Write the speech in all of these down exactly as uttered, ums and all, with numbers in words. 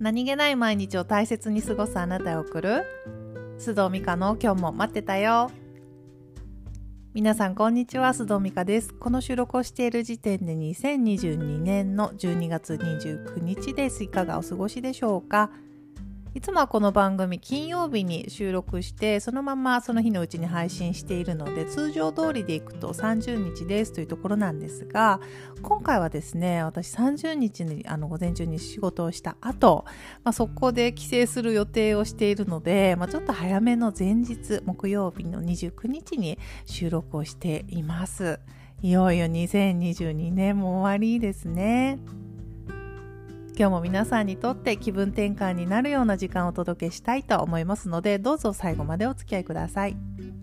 何気ない毎日を大切に過ごすあなたへ送る須藤美香の今日も待ってたよ。皆さんこんにちは、須藤美香です。この収録をしている時点でにせんにじゅうにねんのじゅうにがつにじゅうくにちです。いかがお過ごしでしょうか。いつもはこの番組金曜日に収録してそのままその日のうちに配信しているので、通常通りでいくとさんじゅうにちですというところなんですが、今回はですね、私さんじゅうにちにあの午前中に仕事をした後、まあ、そこで帰省する予定をしているので、まあ、ちょっと早めの前日木曜日のにじゅうくにちに収録をしています。いよいよにせんにじゅうにねんも終わりですね。今日も皆さんにとって気分転換になるような時間をお届けしたいと思いますので、どうぞ最後までお付き合いください。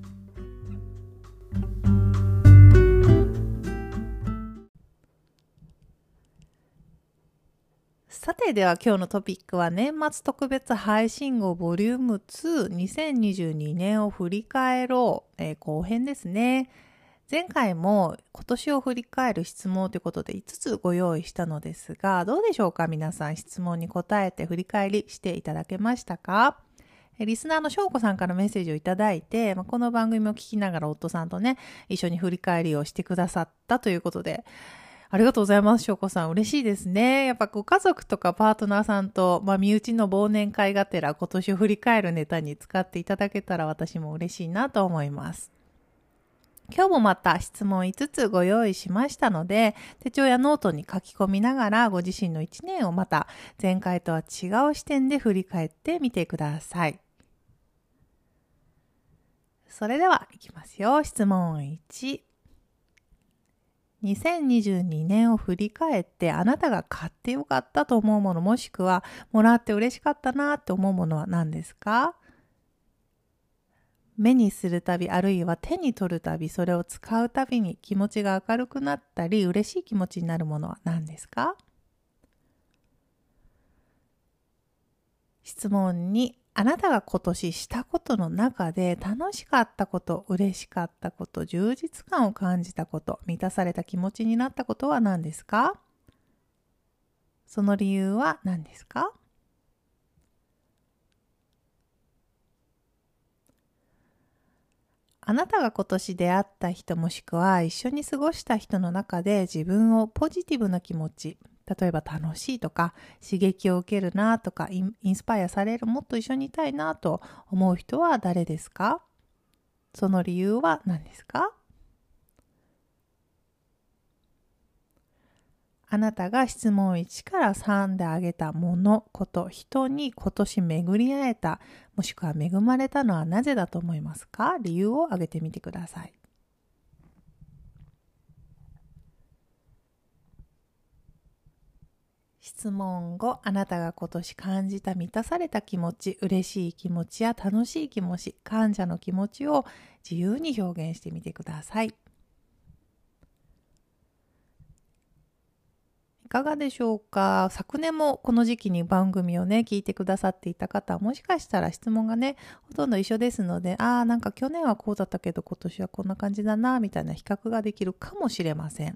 さて、では今日のトピックは年末特別配信号ボリュームに、にせんにじゅうにねんを振り返ろう、えー、後編ですね。前回も今年を振り返る質問ということでいつつご用意したのですが、どうでしょうか。皆さん質問に答えて振り返りしていただけましたか。リスナーの翔子さんからメッセージをいただいて、この番組を聞きながら夫さんとね、一緒に振り返りをしてくださったということで、ありがとうございます。翔子さん、嬉しいですね。やっぱご家族とかパートナーさんと、まあ、身内の忘年会がてら今年を振り返るネタに使っていただけたら私も嬉しいなと思います。今日もまた質問いつつご用意しましたので、手帳やノートに書き込みながらご自身のいちねんをまた前回とは違う視点で振り返ってみてください。それではいきますよ。質問いち。にせんにじゅうにねんを振り返ってあなたが買ってよかったと思うもの、もしくはもらって嬉しかったなって思うものは何ですか？目にするたび、あるいは手に取るたび、それを使うたびに気持ちが明るくなったり嬉しい気持ちになるものは何ですか？質問に、あなたが今年したことの中で楽しかったこと、嬉しかったこと、充実感を感じたこと、満たされた気持ちになったことは何ですか？その理由は何ですか？あなたが今年出会った人、もしくは一緒に過ごした人の中で自分をポジティブな気持ち、例えば楽しいとか刺激を受けるなとかイン、インスパイアされる、もっと一緒にいたいなと思う人は誰ですか？その理由は何ですか？あなたが質問いちからさんで挙げたもの、こと、人に今年巡り会えた、もしくは恵まれたのはなぜだと思いますか？理由を挙げてみてください。質問ご、あなたが今年感じた満たされた気持ち、嬉しい気持ちや楽しい気持ち、感謝の気持ちを自由に表現してみてください。いかがでしょうか。昨年もこの時期に番組をね聞いてくださっていた方は、もしかしたら質問がねほとんど一緒ですので、ああなんか去年はこうだったけど今年はこんな感じだなみたいな比較ができるかもしれません。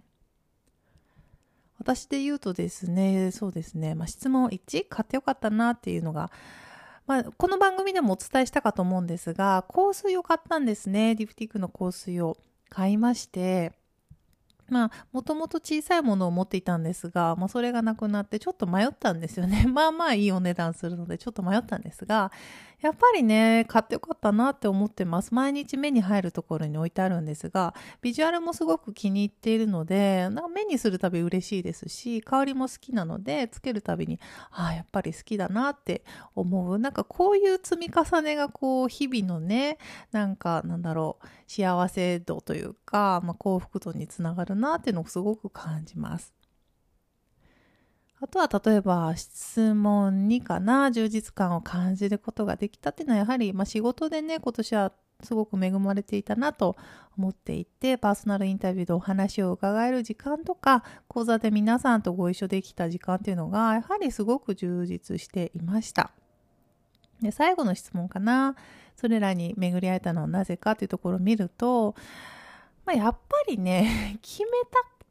私で言うとですね、そうですね、まあ、質問いち、買ってよかったなっていうのが、まあ、この番組でもお伝えしたかと思うんですが、香水を買ったんですね。ディプティックの香水を買いまして、まあ、もともと小さいものを持っていたんですが、まあ、それがなくなってちょっと迷ったんですよね。まあまあいいお値段するのでちょっと迷ったんですが、やっぱりね、買ってよかったなって思ってます。毎日目に入るところに置いてあるんですが、ビジュアルもすごく気に入っているので、なんか目にするたび嬉しいですし、香りも好きなので、つけるたびに、ああ、やっぱり好きだなって思う。なんかこういう積み重ねがこう、日々のね、なんかなんだろう、幸せ度というか、まあ、幸福度につながるなっていうのをすごく感じます。あとは例えば質問にかな、充実感を感じることができたっていうのはやはり、まあ、仕事でね今年はすごく恵まれていたなと思っていて、パーソナルインタビューでお話を伺える時間とか講座で皆さんとご一緒できた時間っていうのがやはりすごく充実していました。で、最後の質問かな、それらに巡り会えたのはなぜかというところを見ると、まあ、やっぱりね決めたっ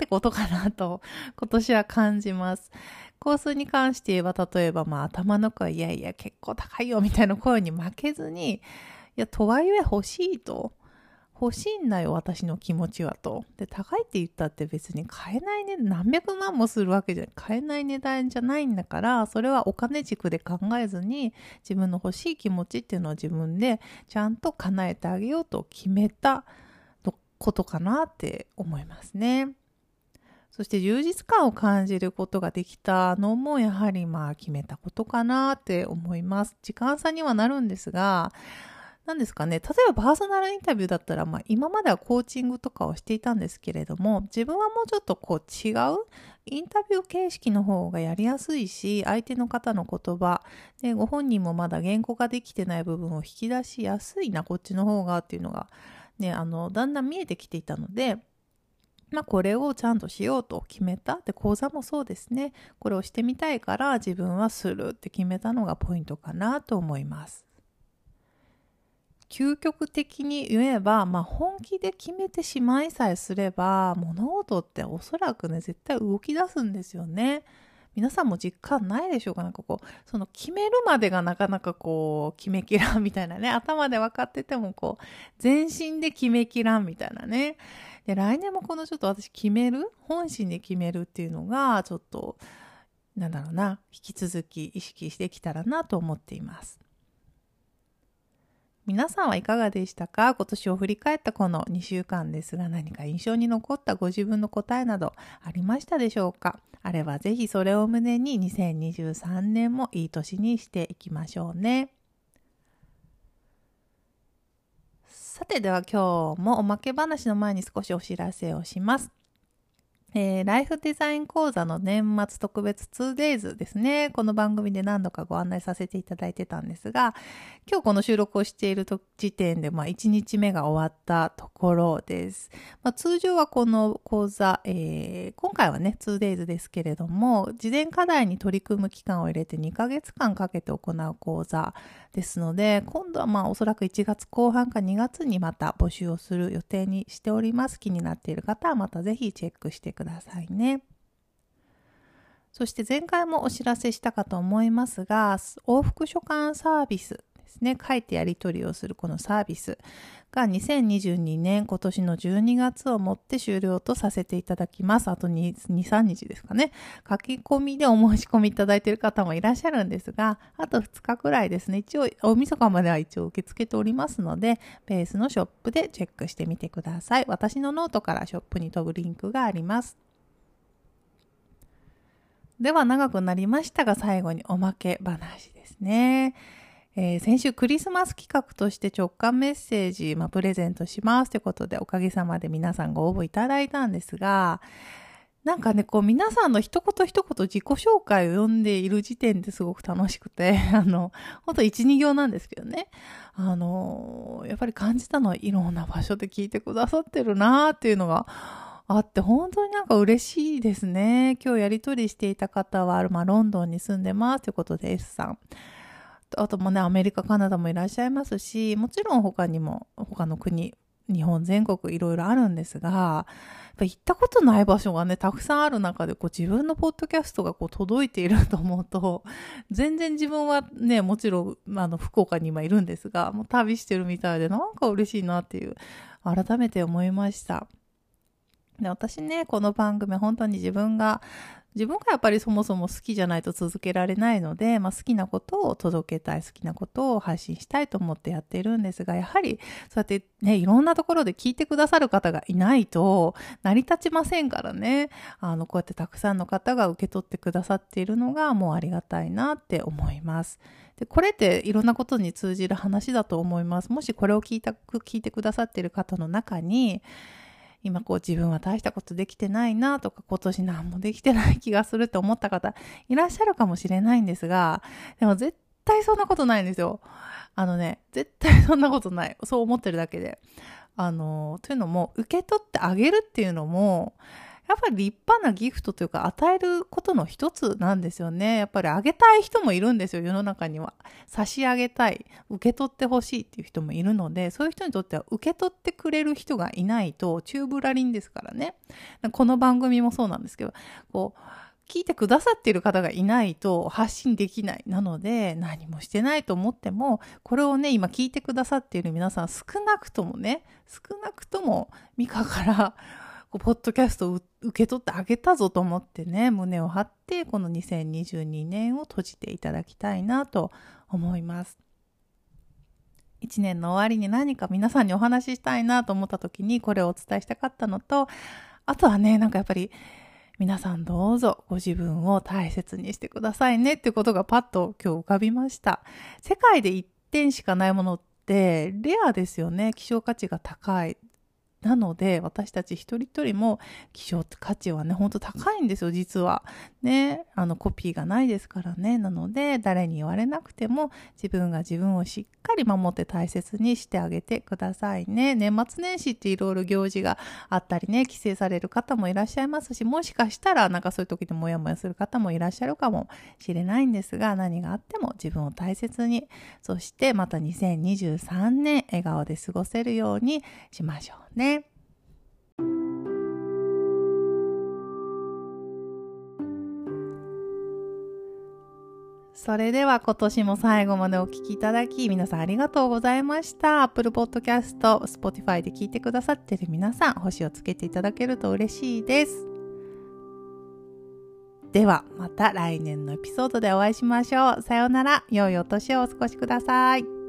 ってことかなと今年は感じます。香水に関して言えば、例えばまあ頭の声、いやいや結構高いよみたいな声に負けずに、いやとはいえ欲しいと。欲しいんだよ私の気持ちはと。で、高いって言ったって別に買えないね、何百万もするわけじゃ買えない値段じゃないんだから、それはお金軸で考えずに自分の欲しい気持ちっていうのを自分でちゃんと叶えてあげようと決めたことかなって思いますね。そして充実感を感じることができたのもやはりまあ決めたことかなって思います。時間差にはなるんですが、何ですかね、例えばパーソナルインタビューだったら、まあ、今まではコーチングとかをしていたんですけれども、自分はもうちょっとこう違うインタビュー形式の方がやりやすいし、相手の方の言葉でご本人もまだ言語化できてない部分を引き出しやすいな、こっちの方がっていうのがね、あのだんだん見えてきていたので、まあ、これをちゃんとしようと決めた。で、講座もそうですね。これをしてみたいから自分はするって決めたのがポイントかなと思います。究極的に言えば、まあ、本気で決めてしまいさえすれば、物事っておそらくね、絶対動き出すんですよね。皆さんも実感ないでしょうか。なんかこう、その決めるまでがなかなかこう、決めきらんみたいなね。頭で分かっててもこう、全身で決めきらんみたいなね。で、来年もこのちょっと私決める、本心で決めるっていうのが、ちょっと、なんだろうな、引き続き意識してきたらなと思っています。皆さんはいかがでしたか？今年を振り返ったこのにしゅうかんですが、何か印象に残ったご自分の答えなどありましたでしょうか？あればぜひそれを胸ににせんにじゅうさんねんもいい年にしていきましょうね。さて、では今日もおまけ話の前に少しお知らせをします。えー、ライフデザイン講座の年末特別 ツーデイズ ですね。この番組で何度かご案内させていただいてたんですが、今日この収録をしている時点で、まあ、いちにちめが終わったところです。まあ、通常はこの講座、えー、今回はね ツーデイズ ですけれども、事前課題に取り組む期間を入れてにかげつかんかけて行う講座ですので、今度はまあおそらくいちがつこう半かにがつにまた募集をする予定にしております。気になっている方はまたぜひチェックしてくださいね。そして前回もお知らせしたかと思いますが、往復書簡サービスですね、書いてやり取りをするこのサービスがにせんにじゅうにねん今年のじゅうにがつをもって終了とさせていただきます。あとに、に、さんにちですかね。書き込みでお申し込みいただいている方もいらっしゃるんですが、あとふつかくらいですね。一応、大晦日までは一応受け付けておりますので、ベースのショップでチェックしてみてください。私のノートからショップに飛ぶリンクがあります。では長くなりましたが、最後におまけ話ですね。えー、先週クリスマス企画として直感メッセージ、まあ、プレゼントしますということでおかげさまで皆さんご応募いただいたんですが、なんかね、こう皆さんの一言一言自己紹介を読んでいる時点ですごく楽しくて、あの、ほんと一、二行なんですけどね、あの、やっぱり感じたのはいろんな場所で聞いてくださってるなーっていうのがあって、本当になんか嬉しいですね。今日やり取りしていた方は、まあ、ロンドンに住んでますということで S さん。あともね、アメリカ、カナダもいらっしゃいますし、もちろん他にも、他の国、日本全国いろいろあるんですが、やっぱ行ったことない場所がね、たくさんある中で、こう自分のポッドキャストがこう届いていると思うと、全然自分はね、もちろん、あの、福岡に今いるんですが、もう旅してるみたいで、なんか嬉しいなっていう、改めて思いました。で、私ね、この番組本当に自分が自分がやっぱりそもそも好きじゃないと続けられないので、まあ、好きなことを届けたい、好きなことを配信したいと思ってやっているんですが、やはりそうやってね、いろんなところで聞いてくださる方がいないと成り立ちませんからね。あのこうやってたくさんの方が受け取ってくださっているのがもうありがたいなって思います。で、これっていろんなことに通じる話だと思います。もしこれを聞いた聞いてくださっている方の中に、今こう自分は大したことできてないなとか、今年何もできてない気がするって思った方いらっしゃるかもしれないんですが、でも絶対そんなことないんですよ。あのね、絶対そんなことない。そう思ってるだけで。あの、というのも、受け取ってあげるっていうのも、 やっぱり立派なギフトというか与えることの一つなんですよね。やっぱりあげたい人もいるんですよ、世の中には。差し上げたい、受け取ってほしいっていう人もいるので、そういう人にとっては受け取ってくれる人がいないと宙ぶらりんですからね。この番組もそうなんですけど、こう、聞いてくださっている方がいないと発信できない。なので、何もしてないと思っても、これをね、今聞いてくださっている皆さん、少なくともね、少なくともミカからこうポッドキャストを受け取ってあげたぞと思ってね、胸を張ってこのにせんにじゅうにねんを閉じていただきたいなと思います。いちねんの終わりに何か皆さんにお話ししたいなと思った時にこれをお伝えしたかったのと、あとはね、なんかやっぱり皆さんどうぞご自分を大切にしてくださいねっていうことがパッと今日浮かびました。世界で一点しかないものってレアですよね。希少価値が高い。なので私たち一人一人も希少価値はね、ほんと高いんですよ、実は。ね、あのコピーがないですからね。なので誰に言われなくても自分が自分をしっかり守って大切にしてあげてくださいね。年末年始っていろいろ行事があったりね、帰省される方もいらっしゃいますし、もしかしたらなんかそういう時にモヤモヤする方もいらっしゃるかもしれないんですが、何があっても自分を大切に、そしてまたにせんにじゅうさんねん笑顔で過ごせるようにしましょうね。それでは今年も最後までお聞きいただき皆さんありがとうございました。Apple Podcast、Spotify で聞いてくださっている皆さん、星をつけていただけると嬉しいです。ではまた来年のエピソードでお会いしましょう。さようなら。良いお年をお過ごしください。